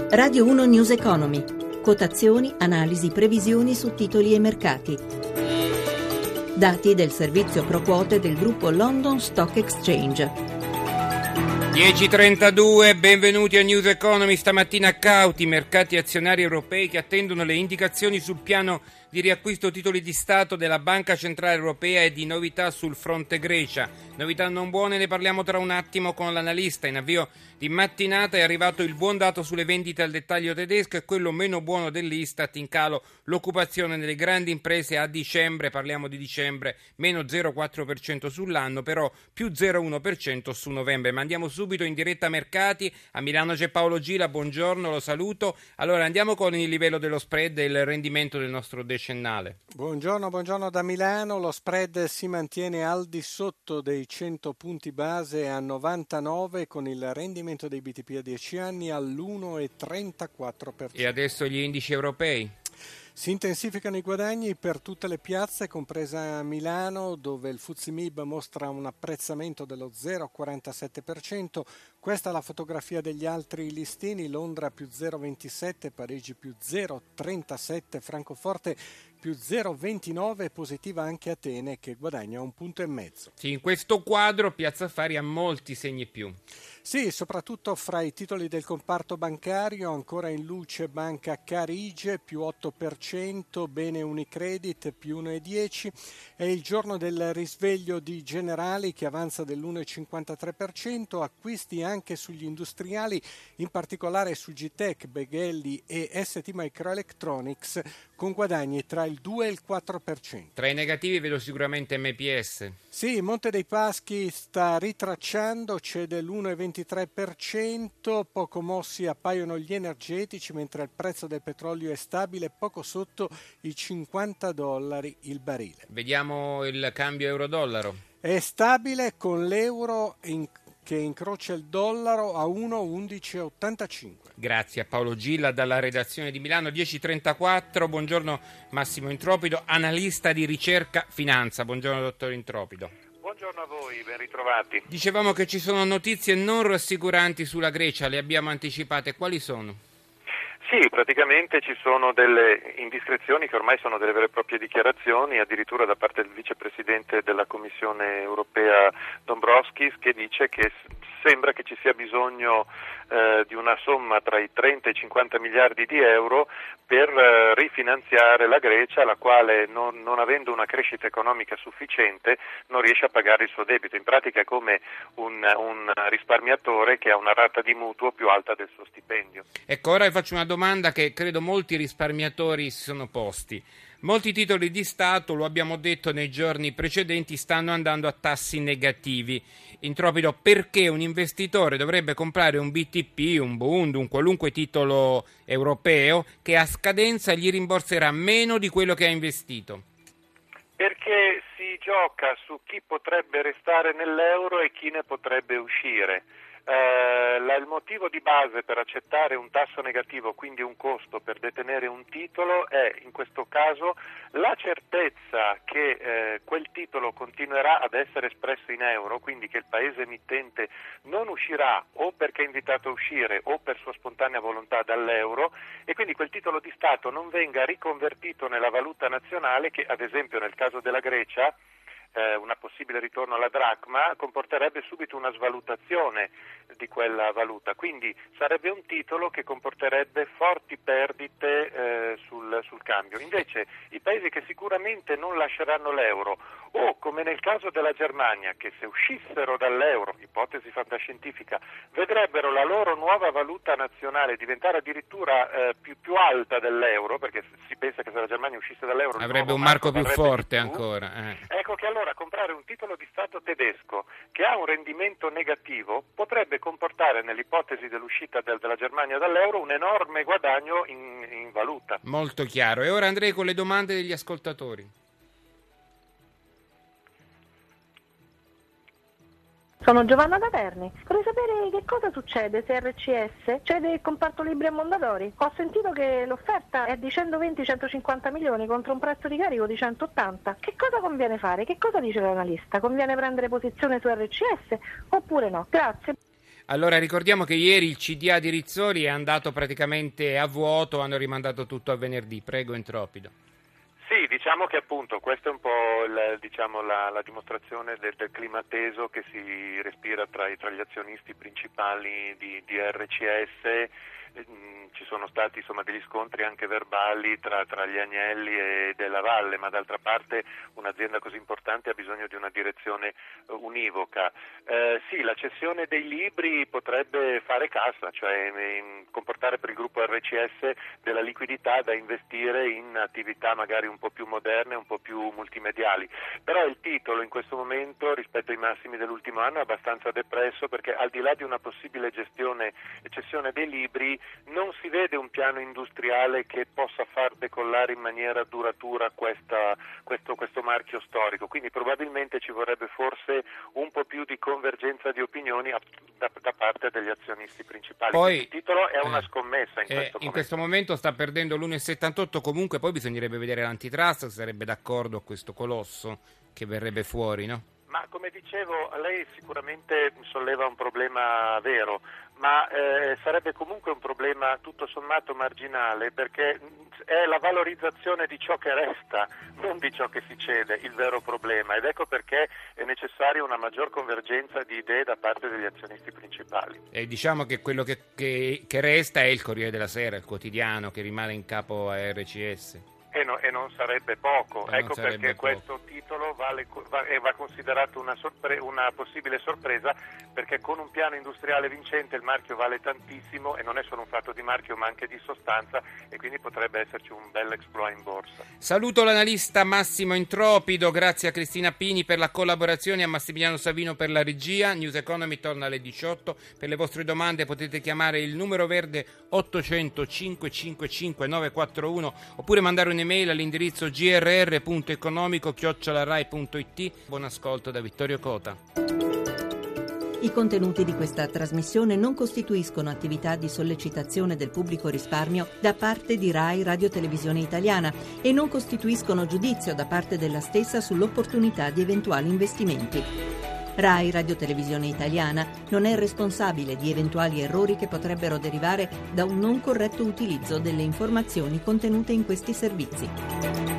Radio 1 News Economy. Quotazioni, analisi, previsioni su titoli e mercati. Dati del servizio pro quote del gruppo London Stock Exchange. 10.32, benvenuti a News Economy. Stamattina cauti mercati azionari europei che attendono le indicazioni sul piano di riacquisto titoli di Stato della Banca Centrale Europea e di novità sul fronte Grecia. Novità non buone, ne parliamo tra un attimo con l'analista. In avvio di mattinata è arrivato il buon dato sulle vendite al dettaglio tedesco e quello meno buono dell'Istat, in calo l'occupazione nelle grandi imprese a dicembre, parliamo di dicembre, meno 0,4% sull'anno, però più 0,1% su novembre. Ma andiamo subito in diretta mercati. A Milano c'è Paolo Gila, buongiorno, lo saluto. Allora andiamo con il livello dello spread e il rendimento del nostro decennale. Buongiorno da Milano. Lo spread si mantiene al di sotto dei 100 punti base a 99 con il rendimento dei BTP a 10 anni all'1,34%. E adesso gli indici europei? Si intensificano i guadagni per tutte le piazze, compresa Milano, dove il FTSE MIB mostra un apprezzamento dello 0,47%. Questa è la fotografia degli altri listini: Londra più 0,27, Parigi più 0,37, Francoforte più 0,29, positiva anche Atene che guadagna 1,5 punti. Sì, in questo quadro Piazza Affari ha molti segni più. Sì, soprattutto fra i titoli del comparto bancario, ancora in luce Banca Carige più 8%, bene Unicredit più 1,10%, è il giorno del risveglio di Generali che avanza dell'1,53%, acquisti anche sugli industriali, in particolare su GTech, Beghelli e ST Microelectronics con guadagni tra il 2 e il 4%. Tra i negativi vedo sicuramente MPS. Sì, Monte dei Paschi sta ritracciando, cede l'1,23%, poco mossi appaiono gli energetici, mentre il prezzo del petrolio è stabile, poco sotto i $50 il barile. Vediamo il cambio euro-dollaro. È stabile con l'euro che incrocia il dollaro a 1,1185. Grazie a Paolo Gilla dalla redazione di Milano. 10.34, buongiorno Massimo Intropido, analista di ricerca finanza. Buongiorno dottor Intropido. Buongiorno a voi, ben ritrovati. Dicevamo che ci sono notizie non rassicuranti sulla Grecia, le abbiamo anticipate, quali sono? Sì, praticamente ci sono delle indiscrezioni che ormai sono delle vere e proprie dichiarazioni, addirittura da parte del vicepresidente della Commissione europea Dombrovskis, che dice che sembra che ci sia bisogno di una somma tra i 30 e i 50 miliardi di euro per rifinanziare la Grecia, la quale non avendo una crescita economica sufficiente non riesce a pagare il suo debito. In pratica è come un risparmiatore che ha una rata di mutuo più alta del suo stipendio. Ecco, ora vi faccio una domanda che credo molti risparmiatori si sono posti. Molti titoli di Stato, lo abbiamo detto nei giorni precedenti, stanno andando a tassi negativi. Intropido, perché un investitore dovrebbe comprare un BTP, un Bund, un qualunque titolo europeo che a scadenza gli rimborserà meno di quello che ha investito? Perché si gioca su chi potrebbe restare nell'euro e chi ne potrebbe uscire. Il motivo di base per accettare un tasso negativo, quindi un costo per detenere un titolo, è in questo caso la certezza che quel titolo continuerà ad essere espresso in euro, quindi che il paese emittente non uscirà o perché è invitato a uscire o per sua spontanea volontà dall'euro, e quindi quel titolo di Stato non venga riconvertito nella valuta nazionale che, ad esempio nel caso della Grecia, una possibile ritorno alla dracma comporterebbe subito una svalutazione di quella valuta, quindi sarebbe un titolo che comporterebbe forti perdite sul cambio. Invece i paesi che sicuramente non lasceranno l'euro, o come nel caso della Germania, che se uscissero dall'euro, ipotesi fantascientifica, vedrebbero la loro nuova valuta nazionale diventare addirittura più alta dell'euro, perché si pensa che se la Germania uscisse dall'euro avrebbe un marco più forte più. ancora. Ecco che allora comprare un titolo di Stato tedesco che ha un rendimento negativo potrebbe comportare, nell'ipotesi dell'uscita della Germania dall'euro, un enorme guadagno in valuta. Molto chiaro. E ora andrei con le domande degli ascoltatori. Sono Giovanna da Terni. Vorrei sapere che cosa succede se RCS cede il comparto libri a Mondadori. Ho sentito che l'offerta è di 120-150 milioni contro un prezzo di carico di 180. Che cosa conviene fare? Che cosa dice l'analista? Conviene prendere posizione su RCS oppure no? Grazie. Allora ricordiamo che ieri il CDA di Rizzoli è andato praticamente a vuoto, hanno rimandato tutto a venerdì. Prego, Entropido. Sì, diciamo che appunto questa è un po' la dimostrazione del clima teso che si respira tra gli azionisti principali di RCS. Ci sono stati degli scontri anche verbali tra gli Agnelli e Della Valle, ma d'altra parte un'azienda così importante ha bisogno di una direzione univoca. Sì, la cessione dei libri potrebbe fare cassa, cioè comportare per il gruppo RCS della liquidità da investire in attività magari un po' più moderne, un po' più multimediali. Però il titolo in questo momento rispetto ai massimi dell'ultimo anno è abbastanza depresso, perché al di là di una possibile gestione e cessione dei libri non si vede un piano industriale che possa far decollare in maniera duratura questo marchio storico, quindi probabilmente ci vorrebbe forse un po' più di convergenza di opinioni da parte degli azionisti principali. Poi, il titolo è una scommessa in questo momento sta perdendo l'1,78, comunque poi bisognerebbe vedere l'antitrust se sarebbe d'accordo a questo colosso che verrebbe fuori, no? Ma come dicevo, lei sicuramente solleva un problema vero, ma sarebbe comunque un problema tutto sommato marginale, perché è la valorizzazione di ciò che resta, non di ciò che si cede, il vero problema, ed ecco perché è necessaria una maggior convergenza di idee da parte degli azionisti principali. E diciamo che quello che resta è il Corriere della Sera, il quotidiano che rimane in capo a RCS. E non sarebbe poco, ecco perché questo titolo va considerato una possibile sorpresa, perché con un piano industriale vincente il marchio vale tantissimo e non è solo un fatto di marchio ma anche di sostanza, e quindi potrebbe esserci un bel exploit in borsa. Saluto l'analista Massimo Entropido, grazie a Cristina Pini per la collaborazione e a Massimiliano Savino per la regia. News Economy torna alle 18, per le vostre domande potete chiamare il numero verde 800 555 941 oppure mandare un'email all'indirizzo grr.economico@rai.it. Buon ascolto da Vittorio Cota. I contenuti di questa trasmissione non costituiscono attività di sollecitazione del pubblico risparmio da parte di Rai Radio Televisione Italiana e non costituiscono giudizio da parte della stessa sull'opportunità di eventuali investimenti. Rai Radio Televisione Italiana non è responsabile di eventuali errori che potrebbero derivare da un non corretto utilizzo delle informazioni contenute in questi servizi.